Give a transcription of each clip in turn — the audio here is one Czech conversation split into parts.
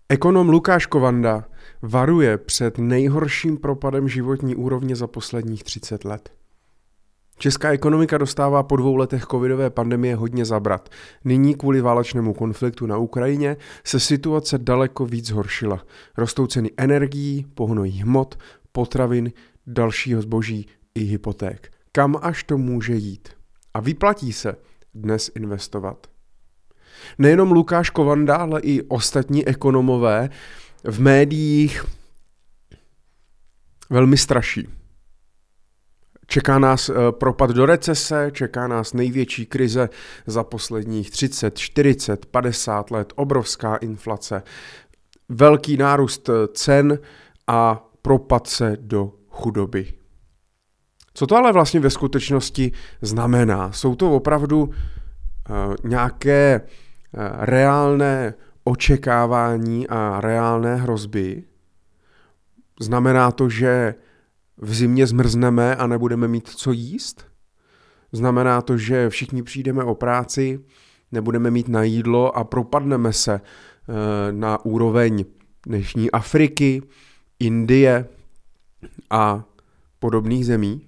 Ekonom Lukáš Kovanda varuje před nejhorším propadem životní úrovně za posledních 30 let. Česká ekonomika dostává po 2 letech covidové pandemie hodně zabrat. Nyní kvůli válečnému konfliktu na Ukrajině se situace daleko víc zhoršila. Rostou ceny energií, pohonných hmot, potravin, dalšího zboží i hypoték. Kam až to může jít? A vyplatí se dnes investovat? Nejenom Lukáš Kovanda, ale i ostatní ekonomové v médiích velmi straší. Čeká nás propad do recese, čeká nás největší krize za posledních 30, 40, 50 let, obrovská inflace, velký nárůst cen a propad se do chudoby. Co to ale vlastně ve skutečnosti znamená? Jsou to opravdu nějaké reálné očekávání a reálné hrozby? Znamená to, že v zimě zmrzneme a nebudeme mít co jíst? Znamená to, že všichni přijdeme o práci, nebudeme mít na jídlo a propadneme se na úroveň dnešní Afriky, Indie a podobných zemí?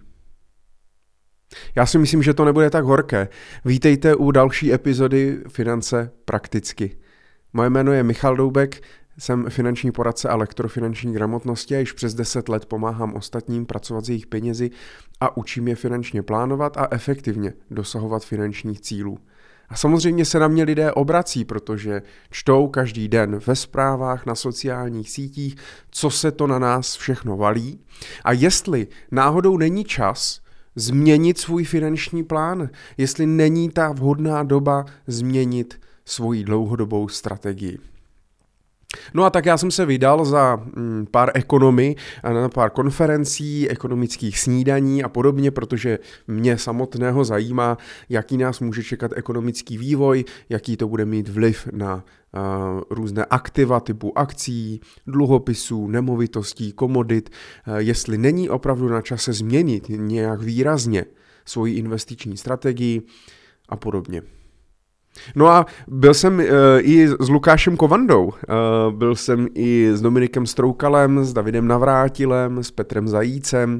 Já si myslím, že to nebude tak horké. Vítejte u další epizody Finance prakticky. Moje jméno je Michal Doubek, jsem finanční poradce a lektor finanční gramotnosti a již přes 10 let pomáhám ostatním pracovat s jejich penězi a učím je finančně plánovat a efektivně dosahovat finančních cílů. A samozřejmě se na mě lidé obrací, protože čtou každý den ve zprávách, na sociálních sítích, co se to na nás všechno valí a jestli náhodou není čas změnit svůj finanční plán, jestli není ta vhodná doba změnit svoji dlouhodobou strategii. No a tak já jsem se vydal za pár ekonomy na pár konferencí, ekonomických snídaní a podobně, protože mě samotného zajímá, jaký nás může čekat ekonomický vývoj, jaký to bude mít vliv na různé aktiva typu akcí, dluhopisů, nemovitostí, komodit, jestli není opravdu na čase změnit nějak výrazně svoji investiční strategii a podobně. No a byl jsem i s Lukášem Kovandou, byl jsem i s Dominikem Stroukalem, s Davidem Navrátilem, s Petrem Zajícem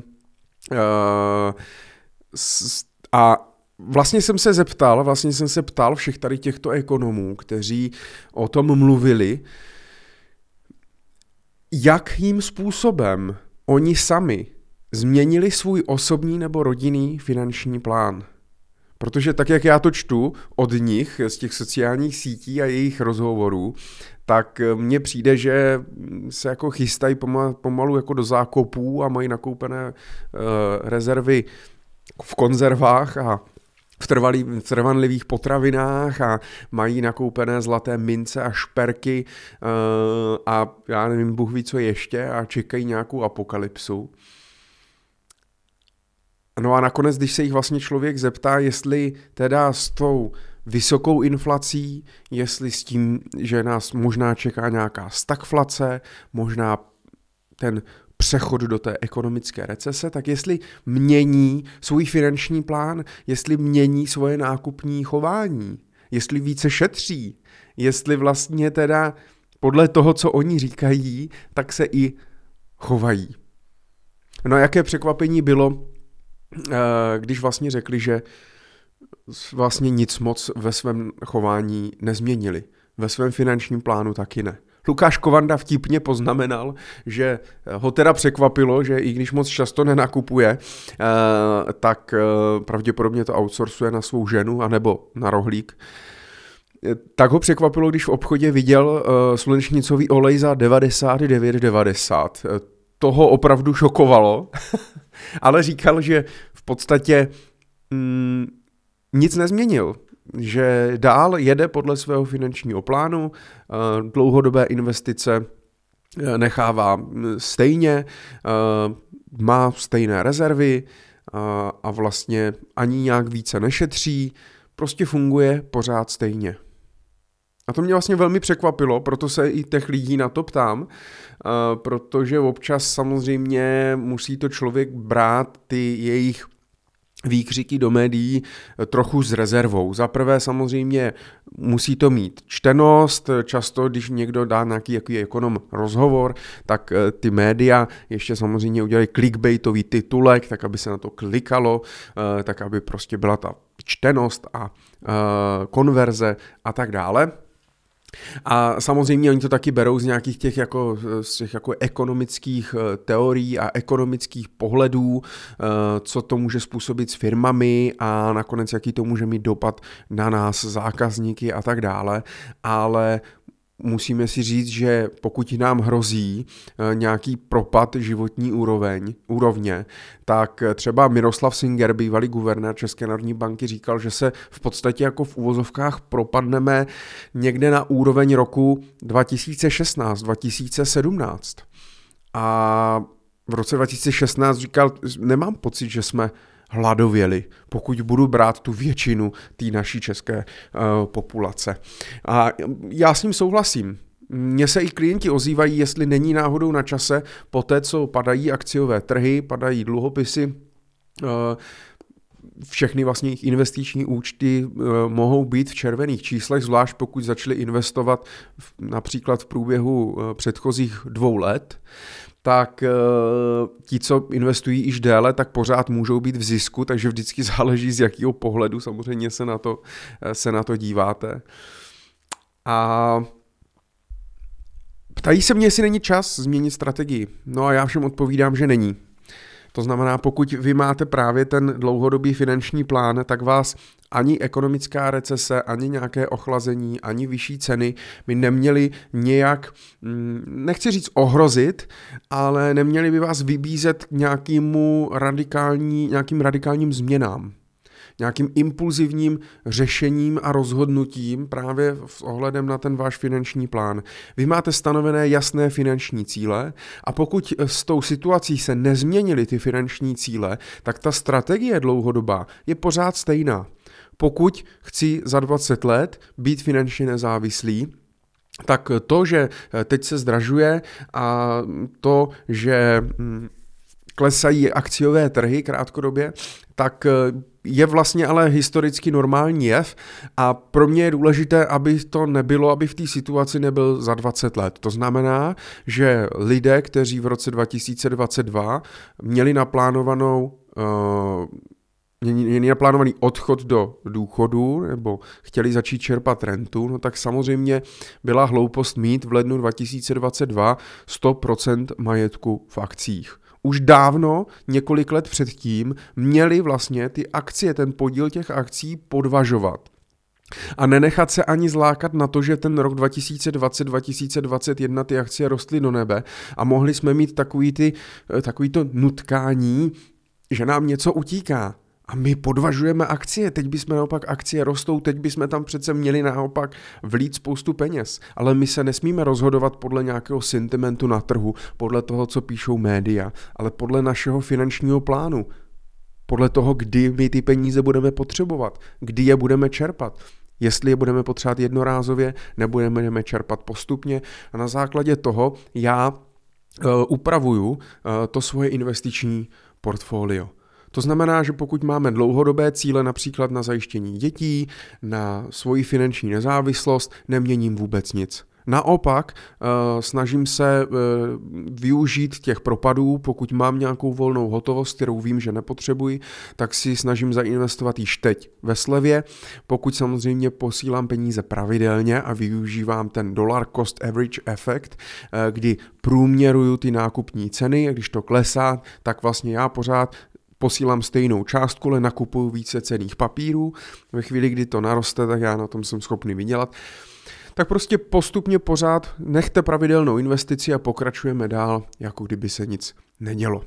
a vlastně jsem se ptal všech tady těchto ekonomů, kteří o tom mluvili, jakým způsobem oni sami změnili svůj osobní nebo rodinný finanční plán. Protože tak, jak já to čtu od nich z těch sociálních sítí a jejich rozhovorů, tak mně přijde, že se jako chystají pomalu jako do zákopů a mají nakoupené rezervy v konzervách a v trvanlivých potravinách a mají nakoupené zlaté mince a šperky a já nevím, Bůh ví co ještě a čekají nějakou apokalypsu. No a nakonec, když se jich vlastně člověk zeptá, jestli teda s tou vysokou inflací, jestli s tím, že nás možná čeká nějaká stagflace, možná ten přechod do té ekonomické recese, tak jestli mění svůj finanční plán, jestli mění svoje nákupní chování, jestli více šetří, jestli vlastně teda podle toho, co oni říkají, tak se i chovají. No a jaké překvapení bylo, když vlastně řekli, že vlastně nic moc ve svém chování nezměnili. Ve svém finančním plánu taky ne. Lukáš Kovanda vtipně poznamenal, že ho teda překvapilo, že i když moc často nenakupuje, tak pravděpodobně to outsourcuje na svou ženu anebo na rohlík. Tak ho překvapilo, když v obchodě viděl slunečnicový olej za 99,90. Toho opravdu šokovalo, ale říkal, že v podstatě nic nezměnil, že dál jede podle svého finančního plánu, dlouhodobé investice nechává stejně, má stejné rezervy a vlastně ani nějak více nešetří, prostě funguje pořád stejně. A to mě vlastně velmi překvapilo, proto se i těch lidí na to ptám, protože občas samozřejmě musí to člověk brát ty jejich výkřiky do médií trochu s rezervou. Za prvé samozřejmě musí to mít čtenost, často když někdo dá nějaký jaký ekonom rozhovor, tak ty média ještě samozřejmě udělají clickbaitový titulek, tak aby se na to klikalo, tak aby prostě byla ta čtenost a konverze a tak dále. A samozřejmě oni to taky berou z nějakých těch jako ekonomických teorií a ekonomických pohledů, co to může způsobit s firmami a nakonec jaký to může mít dopad na nás, zákazníky a tak dále, ale musíme si říct, že pokud nám hrozí nějaký propad životní úrovně, tak třeba Miroslav Singer, bývalý guvernér České národní banky, říkal, že se v podstatě jako v uvozovkách propadneme někde na úroveň roku 2016, 2017. A v roce 2016 říkal, nemám pocit, že jsme hladověli, pokud budu brát tu většinu té naší české populace. A já s ním souhlasím. Mně se i klienti ozývají, jestli není náhodou na čase, po té, co padají akciové trhy, padají dluhopisy, všechny vlastně jejich investiční účty mohou být v červených číslech, zvlášť pokud začali investovat například v průběhu předchozích 2 let, tak ti, co investují již déle, tak pořád můžou být v zisku, takže vždycky záleží, z jakého pohledu samozřejmě se na to díváte. A ptají se mě, jestli není čas změnit strategii. No a já všem odpovídám, že není. To znamená, pokud vy máte právě ten dlouhodobý finanční plán, tak vás ani ekonomická recese, ani nějaké ochlazení, ani vyšší ceny by neměly nějak, nechci říct ohrozit, ale neměly by vás vybízet k nějakým radikálním změnám. Nějakým impulzivním řešením a rozhodnutím právě s ohledem na ten váš finanční plán. Vy máte stanovené jasné finanční cíle a pokud s tou situací se nezměnily ty finanční cíle, tak ta strategie dlouhodobá je pořád stejná. Pokud chci za 20 let být finančně nezávislý, tak to, že teď se zdražuje a to, že klesají akciové trhy krátkodobě, tak je vlastně ale historicky normální jev a pro mě je důležité, aby to nebylo, aby v té situaci nebyl za 20 let. To znamená, že lidé, kteří v roce 2022 měli naplánovaný odchod do důchodu nebo chtěli začít čerpat rentu, no tak samozřejmě byla hloupost mít v lednu 2022 100% majetku v akcích. Už dávno, několik let předtím, měli vlastně ty akcie, ten podíl těch akcí podvažovat. A nenechat se ani zlákat na to, že ten rok 2020-2021 ty akcie rostly do nebe a mohli jsme mít takový to nutkání, že nám něco utíká. A my podvažujeme akcie, teď bychom naopak akcie rostou, teď bychom tam přece měli naopak vlít spoustu peněz. Ale my se nesmíme rozhodovat podle nějakého sentimentu na trhu, podle toho, co píšou média, ale podle našeho finančního plánu. Podle toho, kdy my ty peníze budeme potřebovat, kdy je budeme čerpat. Jestli je budeme potřebovat jednorázově, nebo je budeme čerpat postupně. A na základě toho já upravuju to svoje investiční portfolio. To znamená, že pokud máme dlouhodobé cíle například na zajištění dětí, na svoji finanční nezávislost, neměním vůbec nic. Naopak snažím se využít těch propadů, pokud mám nějakou volnou hotovost, kterou vím, že nepotřebuji, tak si snažím zainvestovat již teď ve slevě. Pokud samozřejmě posílám peníze pravidelně a využívám ten dollar cost average efekt, kdy průměruju ty nákupní ceny a když to klesá, tak vlastně já pořád posílám stejnou částku, ale nakupuju více cenných papírů. Ve chvíli, kdy to naroste, tak já na tom jsem schopný vydělat. Tak prostě postupně pořád nechte pravidelnou investici a pokračujeme dál, jako kdyby se nic nedělo.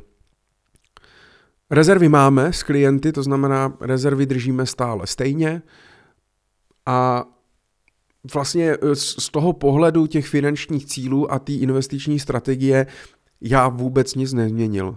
Rezervy máme s klienty, to znamená, rezervy držíme stále stejně a vlastně z toho pohledu těch finančních cílů a té investiční strategie já vůbec nic nezměnil.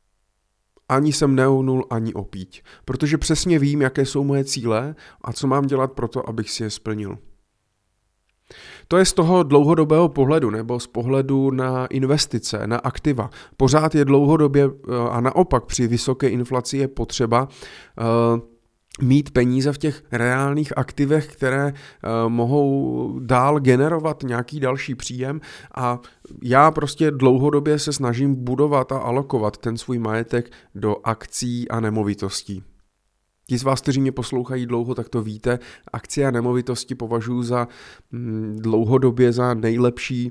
Ani jsem neuhnul, ani opíť, protože přesně vím, jaké jsou moje cíle a co mám dělat pro to, abych si je splnil. To je z toho dlouhodobého pohledu nebo z pohledu na investice, na aktiva. Pořád je dlouhodobě a naopak při vysoké inflaci je potřeba mít peníze v těch reálných aktivech, které mohou dál generovat nějaký další příjem a já prostě dlouhodobě se snažím budovat a alokovat ten svůj majetek do akcí a nemovitostí. Ti z vás, kteří mě poslouchají dlouho, tak to víte, akcie a nemovitosti považuji za dlouhodobě za nejlepší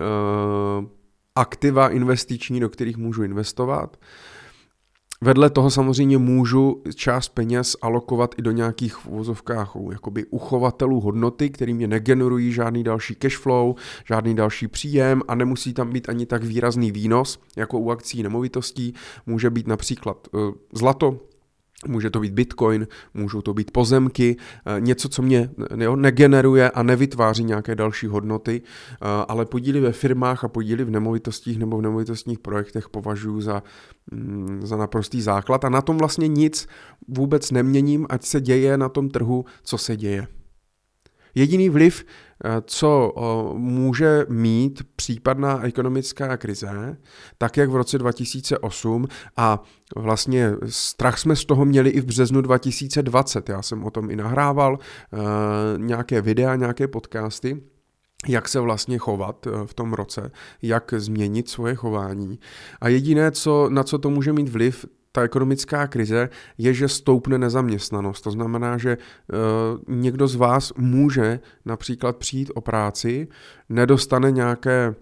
aktiva investiční, do kterých můžu investovat. Vedle toho samozřejmě můžu část peněz alokovat i do nějakých v uvozovkách jakoby uchovatelů hodnoty, který mě negenerují žádný další cashflow, žádný další příjem a nemusí tam být ani tak výrazný výnos, jako u akcí nemovitostí. Může být například zlato, může to být bitcoin, můžou to být pozemky, něco, co mě negeneruje a nevytváří nějaké další hodnoty, ale podíly ve firmách a podíly v nemovitostích nebo v nemovitostních projektech považuji za naprostý základ a na tom vlastně nic vůbec neměním, ať se děje na tom trhu, co se děje. Jediný vliv, co může mít případná ekonomická krize, tak jak v roce 2008 a vlastně strach jsme z toho měli i v březnu 2020, já jsem o tom i nahrával nějaké videa, nějaké podcasty, jak se vlastně chovat v tom roce, jak změnit svoje chování. A jediné, na co to může mít vliv, ta ekonomická krize, je, že stoupne nezaměstnanost. To znamená, že někdo z vás může například přijít o práci, nedostane nějaké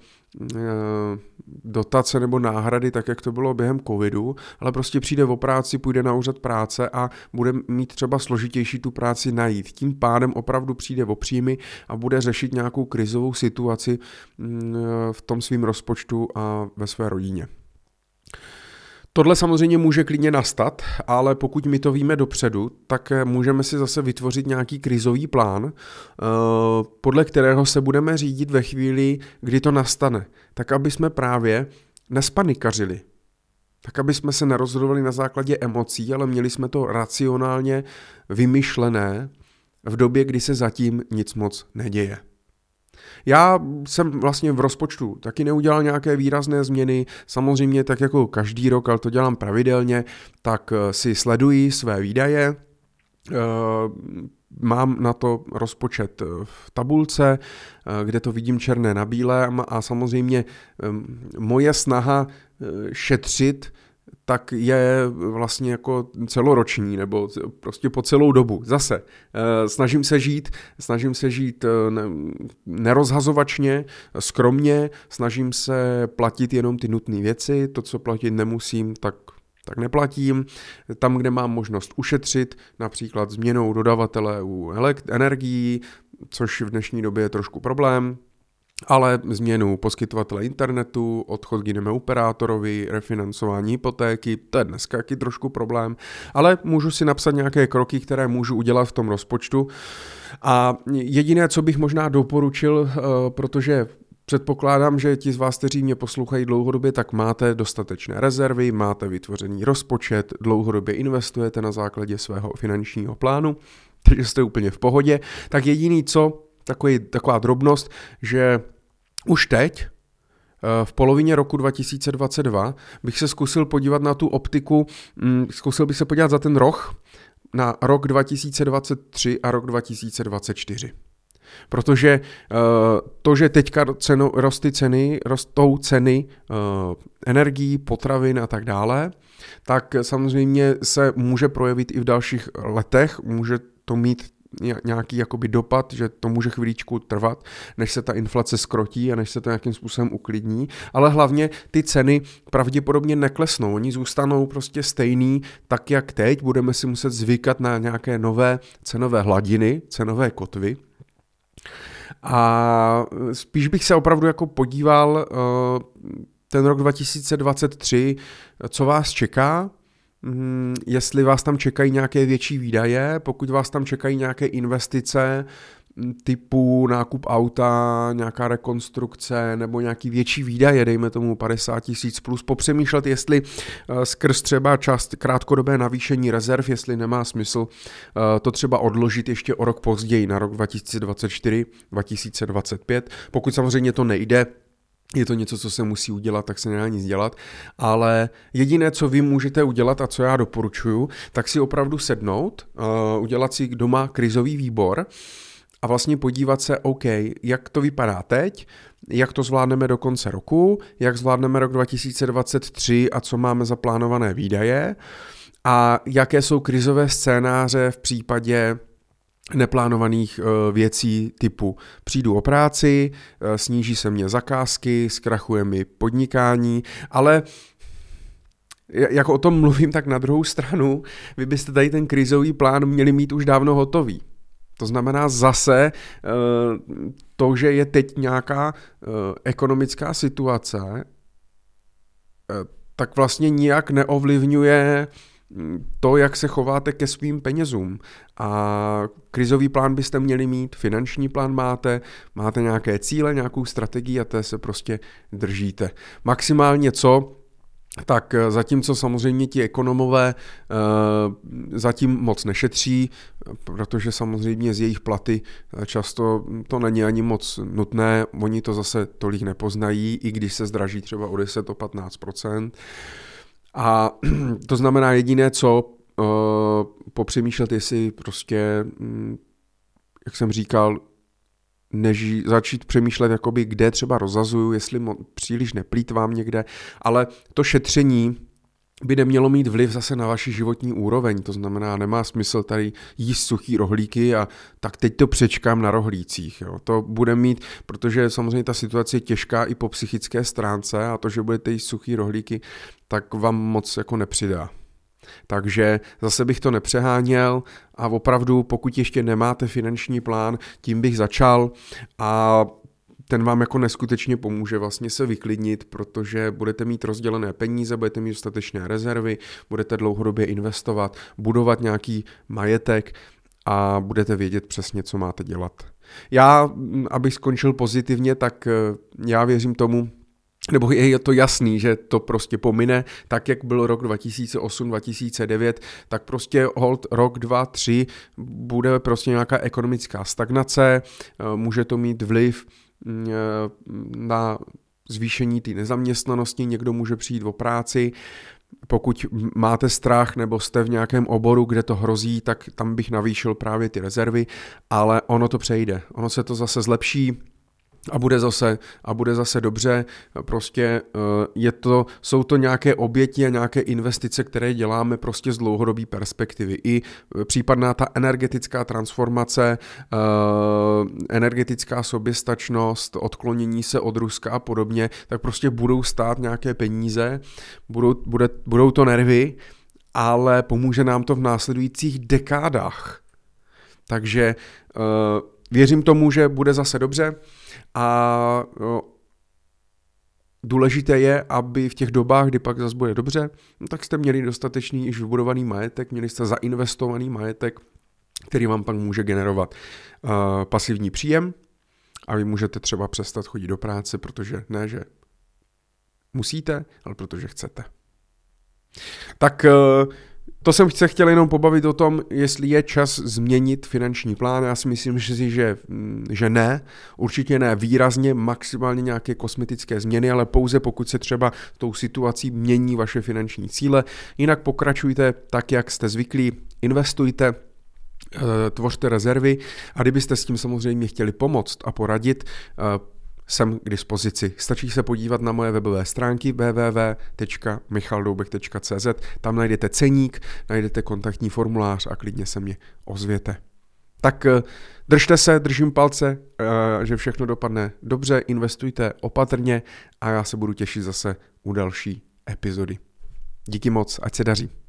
dotace nebo náhrady, tak jak to bylo během covidu, ale prostě přijde o práci, půjde na úřad práce a bude mít třeba složitější tu práci najít. Tím pádem opravdu přijde o příjmy a bude řešit nějakou krizovou situaci v tom svým rozpočtu a ve své rodině. Tohle samozřejmě může klidně nastat, ale pokud my to víme dopředu, tak můžeme si zase vytvořit nějaký krizový plán, podle kterého se budeme řídit ve chvíli, kdy to nastane. Tak, aby jsme právě nespanikařili. Tak, aby jsme se nerozhodovali na základě emocí, ale měli jsme to racionálně vymyšlené v době, kdy se zatím nic moc neděje. Já jsem vlastně v rozpočtu taky neudělal nějaké výrazné změny, samozřejmě tak jako každý rok, ale to dělám pravidelně, tak si sleduji své výdaje, mám na to rozpočet v tabulce, kde to vidím černé na bílém a samozřejmě moje snaha šetřit tak je vlastně jako celoroční nebo prostě po celou dobu. Zase snažím se žít nerozhazovačně, skromně, snažím se platit jenom ty nutné věci, to, co platit nemusím, tak neplatím. Tam, kde mám možnost ušetřit, například změnou dodavatele u energií, což v dnešní době je trošku problém, ale změnu poskytovatele internetu, odchod k jinému operátorovi, refinancování hypotéky, to je dneska taky trošku problém, ale můžu si napsat nějaké kroky, které můžu udělat v tom rozpočtu a jediné, co bych možná doporučil, protože předpokládám, že ti z vás, kteří mě poslouchají dlouhodobě, tak máte dostatečné rezervy, máte vytvořený rozpočet, dlouhodobě investujete na základě svého finančního plánu, takže jste úplně v pohodě, tak jediný co, taková drobnost, že už teď, v polovině roku 2022, bych se zkusil podívat na tu optiku, zkusil bych se podívat za ten rok, na rok 2023 a rok 2024. Protože to, že teďka rostou ceny energií, potravin a tak dále, tak samozřejmě se může projevit i v dalších letech, může to mít nějaký jakoby dopad, že to může chvíličku trvat, než se ta inflace skrotí a než se to nějakým způsobem uklidní, ale hlavně ty ceny pravděpodobně neklesnou, oni zůstanou prostě stejný, tak jak teď, budeme si muset zvykat na nějaké nové cenové hladiny, cenové kotvy. A spíš bych se opravdu jako podíval ten rok 2023, co vás čeká, jestli vás tam čekají nějaké větší výdaje, pokud vás tam čekají nějaké investice, typu nákup auta, nějaká rekonstrukce nebo nějaký větší výdaje, dejme tomu 50 000 plus, popřemýšlet, jestli skrz třeba část krátkodobé navýšení rezerv, jestli nemá smysl to třeba odložit ještě o rok později, na rok 2024, 2025. Pokud samozřejmě to nejde, je to něco, co se musí udělat, tak se nedá nic dělat, ale jediné, co vy můžete udělat a co já doporučuji, tak si opravdu sednout, udělat si doma krizový výbor a vlastně podívat se, OK, jak to vypadá teď, jak to zvládneme do konce roku, jak zvládneme rok 2023 a co máme za plánované výdaje a jaké jsou krizové scénáře v případě neplánovaných věcí typu přijdu o práci, sníží se mě zakázky, zkrachuje mi podnikání, ale jak o tom mluvím, tak na druhou stranu, vy byste tady ten krizový plán měli mít už dávno hotový. To znamená zase to, že je teď nějaká ekonomická situace, tak vlastně nijak neovlivňuje to, jak se chováte ke svým penězům. A krizový plán byste měli mít, finanční plán máte nějaké cíle, nějakou strategii a té se prostě držíte. Maximálně co? Tak zatímco samozřejmě ti ekonomové zatím moc nešetří, protože samozřejmě z jejich platy často to není ani moc nutné, oni to zase tolik nepoznají, i když se zdraží třeba o 10-15%. A to znamená jediné, co popřemýšlet, jestli prostě, jak jsem říkal, začít přemýšlet, jakoby, kde třeba rozhazuju, jestli příliš neplýtvám někde, ale to šetření by nemělo mít vliv zase na vaši životní úroveň, to znamená, nemá smysl tady jíst suchý rohlíky a tak teď to přečkám na rohlících. Jo. To bude mít, protože samozřejmě ta situace je těžká i po psychické stránce a to, že budete jíst suchý rohlíky, tak vám moc jako nepřidá. Takže zase bych to nepřeháněl a opravdu, pokud ještě nemáte finanční plán, tím bych začal a ten vám jako neskutečně pomůže vlastně se vyklidnit, protože budete mít rozdělené peníze, budete mít dostatečné rezervy, budete dlouhodobě investovat, budovat nějaký majetek a budete vědět přesně, co máte dělat. Já, abych skončil pozitivně, tak já věřím tomu, nebo je to jasný, že to prostě pomine, tak jak byl rok 2008-2009, tak prostě hold rok, 2, 3 bude prostě nějaká ekonomická stagnace, může to mít vliv na zvýšení té nezaměstnanosti, někdo může přijít o práci, pokud máte strach nebo jste v nějakém oboru, kde to hrozí, tak tam bych navýšil právě ty rezervy, ale ono to přejde, ono se to zase zlepší, a bude zase dobře, prostě jsou to nějaké oběti a nějaké investice, které děláme prostě z dlouhodobé perspektivy. I případná ta energetická transformace, energetická soběstačnost, odklonění se od Ruska a podobně, tak prostě budou stát nějaké peníze, budou to nervy, ale pomůže nám to v následujících dekádách. Takže věřím tomu, že bude zase dobře a důležité je, aby v těch dobách, kdy pak zase bude dobře, tak jste měli dostatečný již vybudovaný majetek, měli jste zainvestovaný majetek, který vám pak může generovat pasivní příjem a vy můžete třeba přestat chodit do práce, protože ne, že musíte, ale protože chcete. Tak to jsem se chtěl jenom pobavit o tom, jestli je čas změnit finanční plán. Já si myslím, že ne. Určitě ne výrazně, maximálně nějaké kosmetické změny, ale pouze pokud se třeba tou situací mění vaše finanční cíle. Jinak pokračujte tak, jak jste zvyklí, investujte, tvořte rezervy a kdybyste s tím samozřejmě chtěli pomoct a poradit, jsem k dispozici. Stačí se podívat na moje webové stránky www.michaldoubek.cz, tam najdete ceník, najdete kontaktní formulář a klidně se mě ozvěte. Tak držte se, držím palce, že všechno dopadne dobře, investujte opatrně a já se budu těšit zase u další epizody. Díky moc, ať se daří.